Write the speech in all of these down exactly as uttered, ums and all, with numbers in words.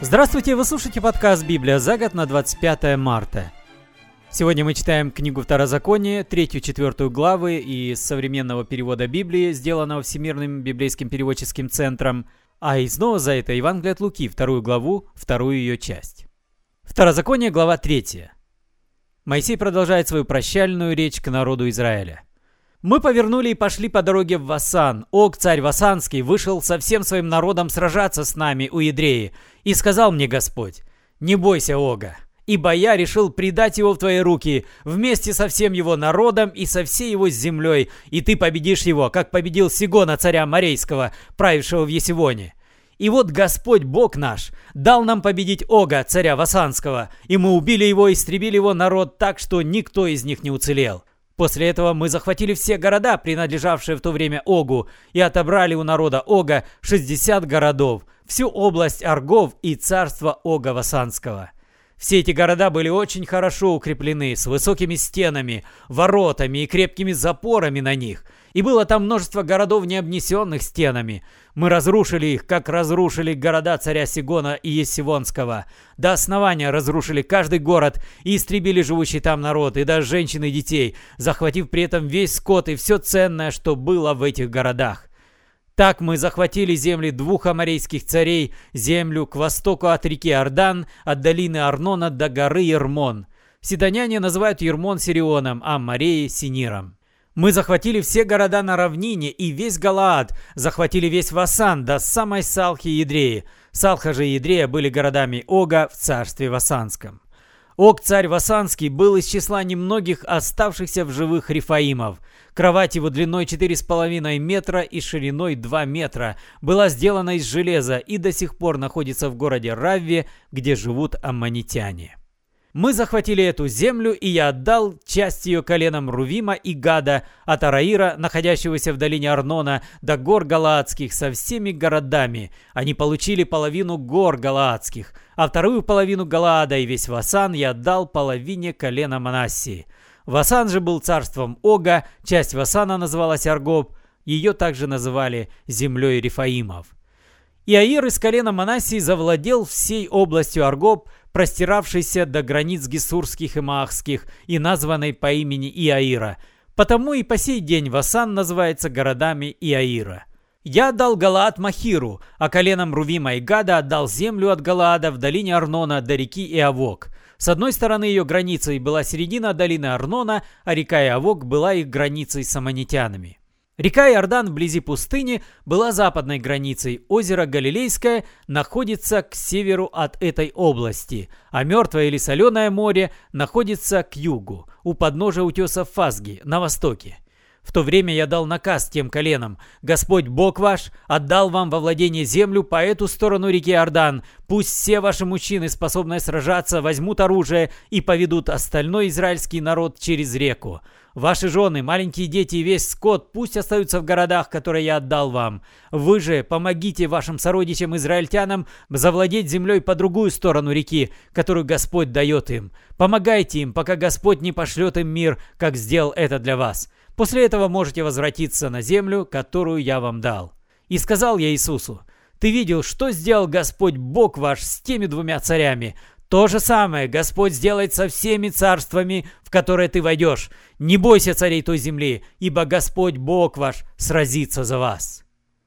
Здравствуйте, вы слушаете подкаст «Библия за год» на двадцать пятое марта. Сегодня мы читаем книгу Второзакония, третью-четвертую главы из современного перевода Библии, сделанного Всемирным библейским переводческим центром, а из Нового Завета Евангелие от Луки, вторую главу, вторую ее часть. Второзаконие, глава третья. Моисей продолжает свою прощальную речь к народу Израиля. «Мы повернули и пошли по дороге в Васан. Ог, царь Васанский, вышел со всем своим народом сражаться с нами у Едреи. И сказал мне Господь: не бойся Ога, ибо я решил предать его в твои руки вместе со всем его народом и со всей его землей, и ты победишь его, как победил Сигона, царя Морейского, правившего в Есивоне. И вот Господь Бог наш дал нам победить Ога, царя Васанского, и мы убили его и истребили его народ так, что никто из них не уцелел. После этого мы захватили все города, принадлежавшие в то время Огу, и отобрали у народа Ога шестьдесят городов, всю область Аргов и царство Ога Васанского. Все эти города были очень хорошо укреплены, с высокими стенами, воротами и крепкими запорами на них. И было там множество городов, не обнесенных стенами. Мы разрушили их, как разрушили города царя Сигона и Есивонского. До основания разрушили каждый город и истребили живущий там народ, и даже женщин и детей, захватив при этом весь скот и все ценное, что было в этих городах. Так мы захватили земли двух аморейских царей, землю к востоку от реки Иордан, от долины Арнона до горы Ермон. Сидоняне называют Ермон Сирионом, а Амореи — Синиром. Мы захватили все города на равнине и весь Галаад, захватили весь Васан до самой Салхи и Едреи. Салха же и Едрея были городами Ога в царстве Васанском. Ог, царь Васанский, был из числа немногих оставшихся в живых рефаимов. Кровать его длиной четыре с половиной метра и шириной два метра была сделана из железа и до сих пор находится в городе Равве, где живут аммонитяне. Мы захватили эту землю, и я отдал часть ее коленам Рувима и Гада, от Араира, находящегося в долине Арнона, до гор Галаадских со всеми городами. Они получили половину гор Галаадских, а вторую половину Галаада и весь Васан я отдал половине колена Манассии. Васан же был царством Ога, часть Васана называлась Аргоб, ее также называли землей Рефаимов. И Аир из колена Манассии завладел всей областью Аргоб, простиравшейся до границ гессурских и маахских, и названной по имени Иаира. Потому и по сей день Васан называется городами Иаира. Я отдал Галаад Махиру, а коленам Рувима и Гада отдал землю от Галаада в долине Арнона до реки Иавок. С одной стороны ее границей была середина долины Арнона, а река Иавок была их границей с аммонитянами. Река Иордан вблизи пустыни была западной границей, озеро Галилейское находится к северу от этой области, а Мертвое или Соленое море находится к югу, у подножия утеса Фазги, на востоке. В то время я дал наказ тем коленам: Господь Бог ваш отдал вам во владение землю по эту сторону реки Иордан. Пусть все ваши мужчины, способные сражаться, возьмут оружие и поведут остальной израильский народ через реку. Ваши жены, маленькие дети и весь скот пусть остаются в городах, которые я отдал вам. Вы же помогите вашим сородичам-израильтянам завладеть землей по другую сторону реки, которую Господь дает им. Помогайте им, пока Господь не пошлет им мир, как сделал это для вас. После этого можете возвратиться на землю, которую я вам дал». И сказал я Иисусу: «Ты видел, что сделал Господь Бог ваш с теми двумя царями? То же самое Господь сделает со всеми царствами, в которые ты войдешь. Не бойся царей той земли, ибо Господь Бог ваш сразится за вас».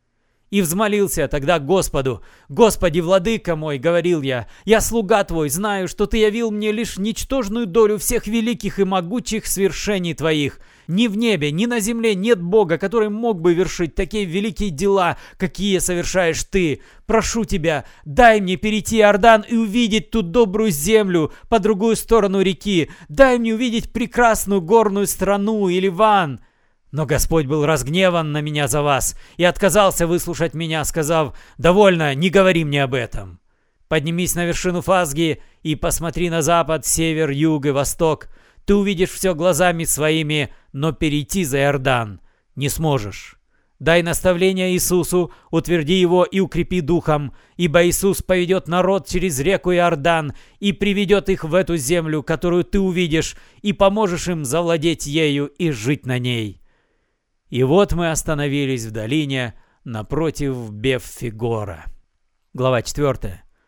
И взмолился тогда Господу: «Господи, владыка мой, — говорил я, — я слуга твой, знаю, что ты явил мне лишь ничтожную долю всех великих и могучих свершений твоих. Ни в небе, ни на земле нет Бога, который мог бы вершить такие великие дела, какие совершаешь ты. Прошу тебя, дай мне перейти Иордан и увидеть ту добрую землю по другую сторону реки. Дай мне увидеть прекрасную горную страну и Ливан». Но Господь был разгневан на меня за вас и отказался выслушать меня, сказав: «Довольно, не говори мне об этом. Поднимись на вершину Фазги и посмотри на запад, север, юг и восток. Ты увидишь все глазами своими, но перейти за Иордан не сможешь. Дай наставление Иисусу, утверди его и укрепи духом, ибо Иисус поведет народ через реку Иордан и приведет их в эту землю, которую ты увидишь, и поможешь им завладеть ею и жить на ней». И вот мы остановились в долине напротив Беф-Фигора. Глава четвёртая.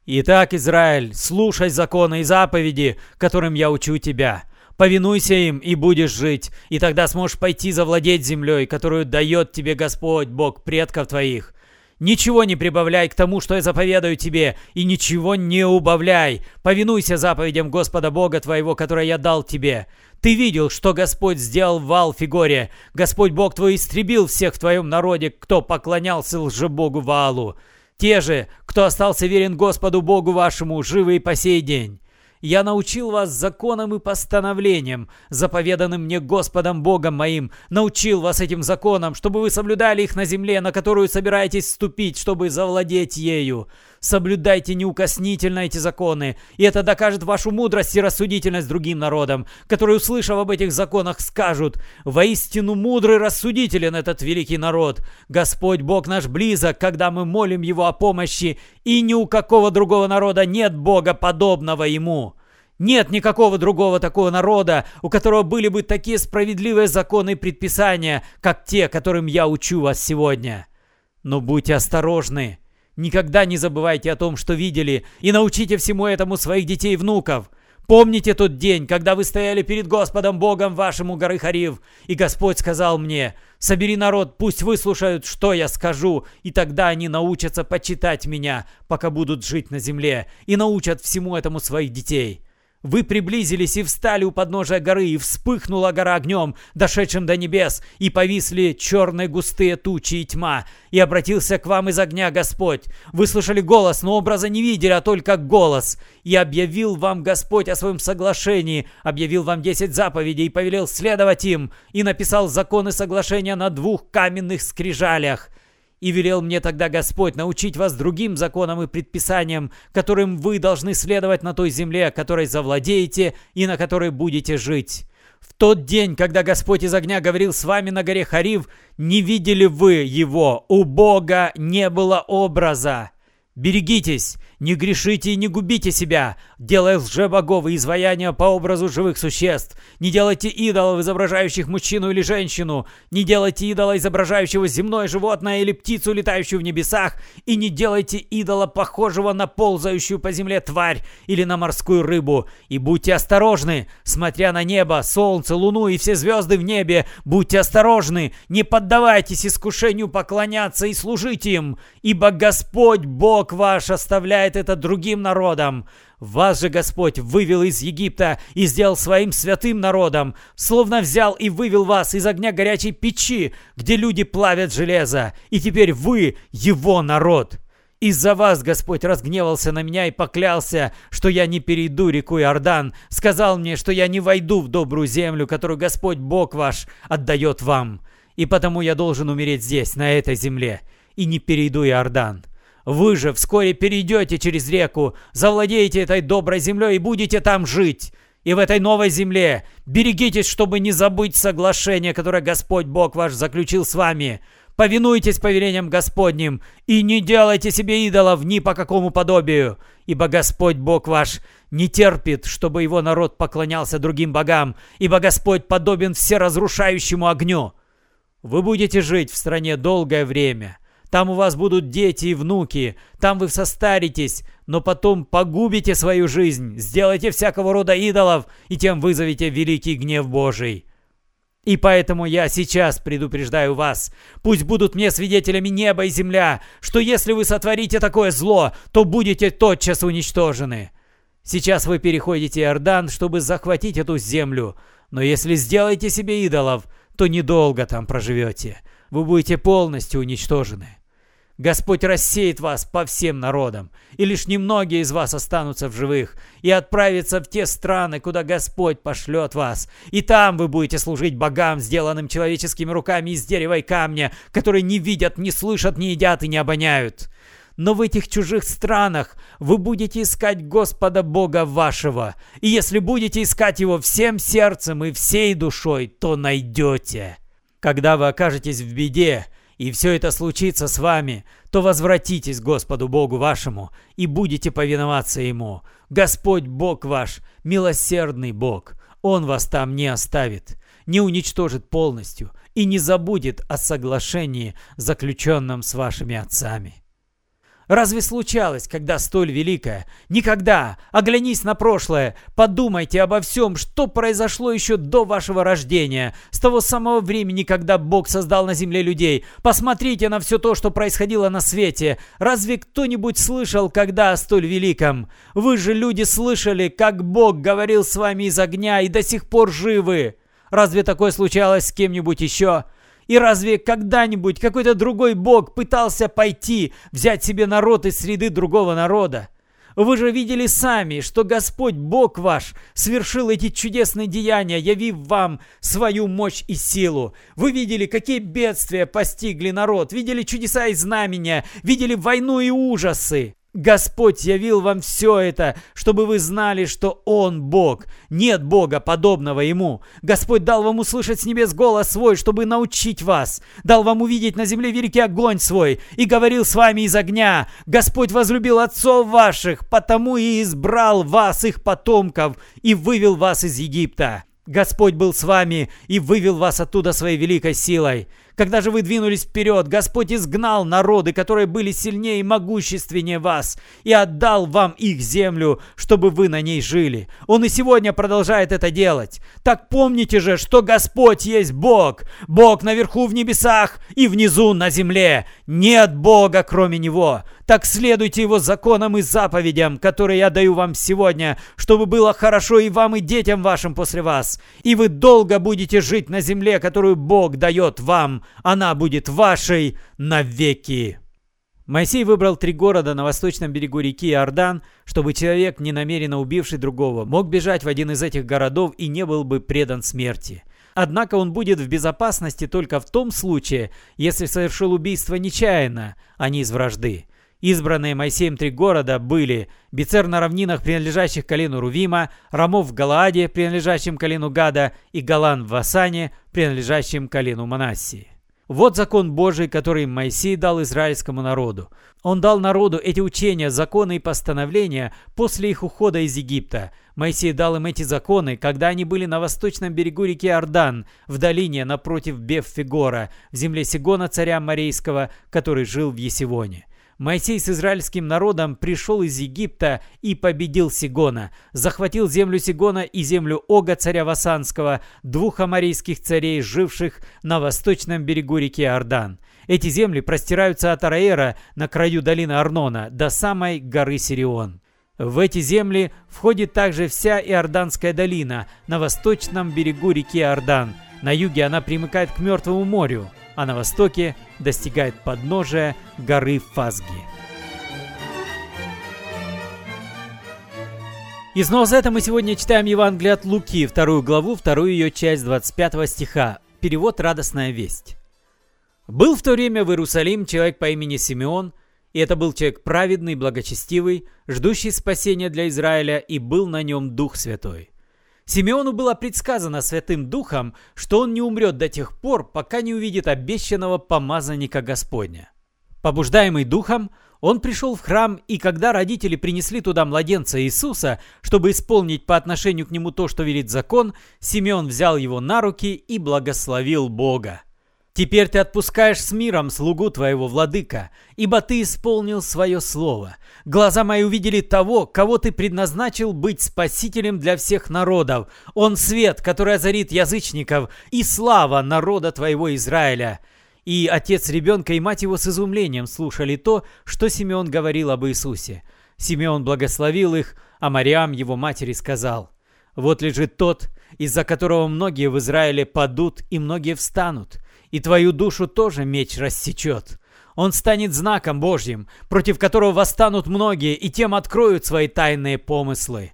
Итак, Израиль, слушай законы и заповеди, которым я учу тебя. Повинуйся им, и будешь жить, и тогда сможешь пойти завладеть землей, которую дает тебе Господь, Бог предков твоих. Ничего не прибавляй к тому, что я заповедаю тебе, и ничего не убавляй. Повинуйся заповедям Господа Бога твоего, которые я дал тебе. Ты видел, что Господь сделал в Ваал-Фигоре. Господь Бог твой истребил всех в твоем народе, кто поклонялся лжебогу Ваалу. Те же, кто остался верен Господу Богу вашему, живы и по сей день. Я научил вас законам и постановлениям, заповеданным мне Господом Богом моим, научил вас этим законам, чтобы вы соблюдали их на земле, на которую собираетесь вступить, чтобы завладеть ею. Соблюдайте неукоснительно эти законы, и это докажет вашу мудрость и рассудительность другим народам, которые, услышав об этих законах, скажут: «Воистину мудрый, рассудителен этот великий народ. Господь Бог наш близок, когда мы молим Его о помощи, и ни у какого другого народа нет Бога, подобного Ему». Нет никакого другого такого народа, у которого были бы такие справедливые законы и предписания, как те, которым я учу вас сегодня. Но будьте осторожны. Никогда не забывайте о том, что видели, и научите всему этому своих детей и внуков. Помните тот день, когда вы стояли перед Господом Богом вашим у горы Хорив, и Господь сказал мне: «Собери народ, пусть выслушают, что я скажу, и тогда они научатся почитать меня, пока будут жить на земле, и научат всему этому своих детей». Вы приблизились и встали у подножия горы, и вспыхнула гора огнем, дошедшим до небес, и повисли черные густые тучи и тьма, и обратился к вам из огня Господь. Вы слышали голос, но образа не видели, а только голос. И объявил вам Господь о своем соглашении, объявил вам десять заповедей, и повелел следовать им, и написал законы соглашения на двух каменных скрижалях. И велел мне тогда Господь научить вас другим законам и предписаниям, которым вы должны следовать на той земле, которой завладеете и на которой будете жить. В тот день, когда Господь из огня говорил с вами на горе Хорив, не видели вы его, у Бога не было образа. Берегитесь, не грешите и не губите себя, делая лжебогов и изваяния по образу живых существ. Не делайте идолов, изображающих мужчину или женщину. Не делайте идола, изображающего земное животное или птицу, летающую в небесах. И не делайте идола, похожего на ползающую по земле тварь или на морскую рыбу. И будьте осторожны, смотря на небо, солнце, луну и все звезды в небе. Будьте осторожны, не поддавайтесь искушению поклоняться и служить им, ибо Господь Бог ваш оставляет это другим народам. Вас же Господь вывел из Египта и сделал своим святым народом, словно взял и вывел вас из огня горячей печи, где люди плавят железо, и теперь вы его народ. Из-за вас Господь разгневался на меня и поклялся, что я не перейду реку Иордан, сказал мне, что я не войду в добрую землю, которую Господь Бог ваш отдает вам. И потому я должен умереть здесь, на этой земле, и не перейду Иордан. Вы же вскоре перейдете через реку, завладеете этой доброй землей и будете там жить. И в этой новой земле берегитесь, чтобы не забыть соглашение, которое Господь Бог ваш заключил с вами. Повинуйтесь повелениям Господним и не делайте себе идолов ни по какому подобию, ибо Господь Бог ваш не терпит, чтобы его народ поклонялся другим богам, ибо Господь подобен всеразрушающему огню. Вы будете жить в стране долгое время. Там у вас будут дети и внуки, там вы состаритесь, но потом погубите свою жизнь, сделайте всякого рода идолов, и тем вызовете великий гнев Божий. И поэтому я сейчас предупреждаю вас, пусть будут мне свидетелями небо и земля, что если вы сотворите такое зло, то будете тотчас уничтожены. Сейчас вы переходите Иордан, чтобы захватить эту землю, но если сделаете себе идолов, то недолго там проживете, вы будете полностью уничтожены. Господь рассеет вас по всем народам, и лишь немногие из вас останутся в живых, и отправятся в те страны, куда Господь пошлет вас. И там вы будете служить богам, сделанным человеческими руками из дерева и камня, которые не видят, не слышат, не едят и не обоняют. Но в этих чужих странах вы будете искать Господа Бога вашего, и если будете искать Его всем сердцем и всей душой, то найдете. Когда вы окажетесь в беде, и все это случится с вами, то возвратитесь к Господу Богу вашему и будете повиноваться Ему. Господь Бог ваш, милосердный Бог, Он вас там не оставит, не уничтожит полностью и не забудет о соглашении, заключенном с вашими отцами. Разве случалось, когда столь великое? Никогда. Оглянись на прошлое. Подумайте обо всем, что произошло еще до вашего рождения, с того самого времени, когда Бог создал на земле людей. Посмотрите на все то, что происходило на свете. Разве кто-нибудь слышал когда о столь великом? Вы же, люди, слышали, как Бог говорил с вами из огня и до сих пор живы. Разве такое случалось с кем-нибудь еще? И разве когда-нибудь какой-то другой бог пытался пойти, взять себе народ из среды другого народа? Вы же видели сами, что Господь Бог ваш совершил эти чудесные деяния, явив вам свою мощь и силу. Вы видели, какие бедствия постигли народ, видели чудеса и знамения, видели войну и ужасы. Господь явил вам все это, чтобы вы знали, что Он Бог. Нет Бога, подобного Ему. Господь дал вам услышать с небес голос свой, чтобы научить вас. Дал вам увидеть на земле великий огонь свой и говорил с вами из огня. Господь возлюбил отцов ваших, потому и избрал вас, их потомков, и вывел вас из Египта. Господь был с вами и вывел вас оттуда своей великой силой. Когда же вы двинулись вперед, Господь изгнал народы, которые были сильнее и могущественнее вас, и отдал вам их землю, чтобы вы на ней жили. Он и сегодня продолжает это делать. Так помните же, что Господь есть Бог. Бог наверху в небесах и внизу на земле. Нет Бога, кроме Него. Так следуйте Его законам и заповедям, которые я даю вам сегодня, чтобы было хорошо и вам, и детям вашим после вас. И вы долго будете жить на земле, которую Бог дает вам. Она будет вашей навеки. Моисей выбрал три города на восточном берегу реки Иордан, чтобы человек, ненамеренно убивший другого, мог бежать в один из этих городов и не был бы предан смерти. Однако он будет в безопасности только в том случае, если совершил убийство нечаянно, а не из вражды. Избранные Моисеем три города были Бецер на равнинах, принадлежащих колену Рувима, Рамов в Галааде, принадлежащем колену Гада, и Голан в Васане, принадлежащем колену Манассии. Вот закон Божий, который Моисей дал израильскому народу. Он дал народу эти учения, законы и постановления после их ухода из Египта. Моисей дал им эти законы, когда они были на восточном берегу реки Иордан, в долине напротив Беф-Фигора, в земле Сигона, царя Морейского, который жил в Есивоне. Моисей с израильским народом пришел из Египта и победил Сигона, захватил землю Сигона и землю Ога, царя Васанского, двух аморейских царей, живших на восточном берегу реки Иордан. Эти земли простираются от Араэра на краю долины Арнона до самой горы Сирион. В эти земли входит также вся Иорданская долина на восточном берегу реки Иордан. На юге она примыкает к Мертвому морю, а на востоке достигает подножия горы Фазги. И снова с этого мы сегодня читаем Евангелие от Луки, вторую главу, вторую ее часть, двадцать пятого стиха. Перевод «Радостная весть». «Был в то время в Иерусалим человек по имени Симеон, и это был человек праведный, благочестивый, ждущий спасения для Израиля, и был на нем Дух Святой. Симеону было предсказано Святым Духом, что он не умрет до тех пор, пока не увидит обещанного помазанника Господня. Побуждаемый Духом, он пришел в храм, и когда родители принесли туда младенца Иисуса, чтобы исполнить по отношению к нему то, что велит закон, Симеон взял его на руки и благословил Бога. «Теперь ты отпускаешь с миром слугу твоего, владыка, ибо ты исполнил свое слово. Глаза мои увидели того, кого ты предназначил быть спасителем для всех народов. Он свет, который озарит язычников, и слава народа твоего Израиля». И отец ребенка и мать его с изумлением слушали то, что Симеон говорил об Иисусе. Симеон благословил их, а Мариам, его матери, сказал: «Вот лежит тот, из-за которого многие в Израиле падут и многие встанут, и твою душу тоже меч рассечет. Он станет знаком Божьим, против которого восстанут многие, и тем откроют свои тайные помыслы».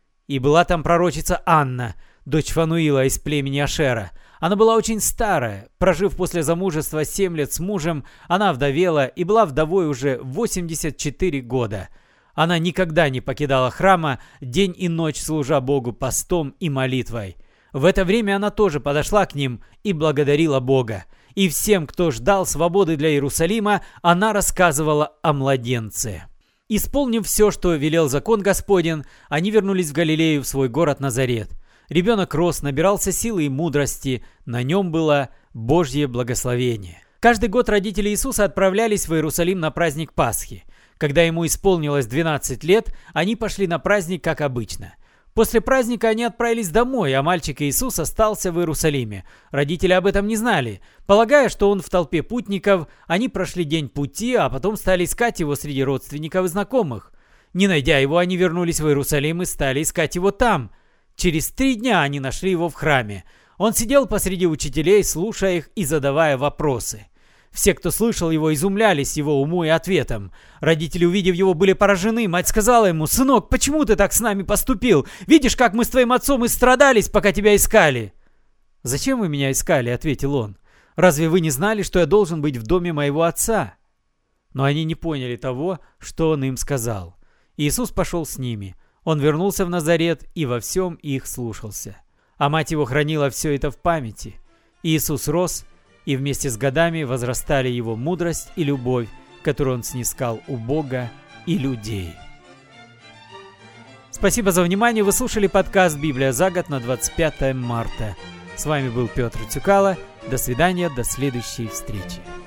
И была там пророчица Анна, дочь Фануила из племени Ашера. Она была очень старая. Прожив после замужества семь лет с мужем, она вдовела и была вдовой уже восемьдесят четыре года. Она никогда не покидала храма, день и ночь служа Богу постом и молитвой. В это время она тоже подошла к ним и благодарила Бога. И всем, кто ждал свободы для Иерусалима, она рассказывала о младенце. Исполнив все, что велел закон Господень, они вернулись в Галилею, в свой город Назарет. Ребенок рос, набирался силы и мудрости, на нем было Божье благословение. Каждый год родители Иисуса отправлялись в Иерусалим на праздник Пасхи. Когда ему исполнилось двенадцать лет, они пошли на праздник, как обычно. После праздника они отправились домой, а мальчик Иисус остался в Иерусалиме. Родители об этом не знали. Полагая, что он в толпе путников, они прошли день пути, а потом стали искать его среди родственников и знакомых. Не найдя его, они вернулись в Иерусалим и стали искать его там. Через три дня они нашли его в храме. Он сидел посреди учителей, слушая их и задавая вопросы. Все, кто слышал его, изумлялись его уму и ответам. Родители, увидев его, были поражены. Мать сказала ему: «Сынок, почему ты так с нами поступил? Видишь, как мы с твоим отцом истрадались, пока тебя искали?» «Зачем вы меня искали?» — ответил он. «Разве вы не знали, что я должен быть в доме моего отца?» Но они не поняли того, что он им сказал. Иисус пошел с ними. Он вернулся в Назарет и во всем их слушался. А мать его хранила все это в памяти. Иисус рос, и вместе с годами возрастали его мудрость и любовь, которую он снискал у Бога и людей. Спасибо за внимание. Вы слушали подкаст «Библия за год» на двадцать пятое марта. С вами был Петр Цюкало. До свидания, до следующей встречи.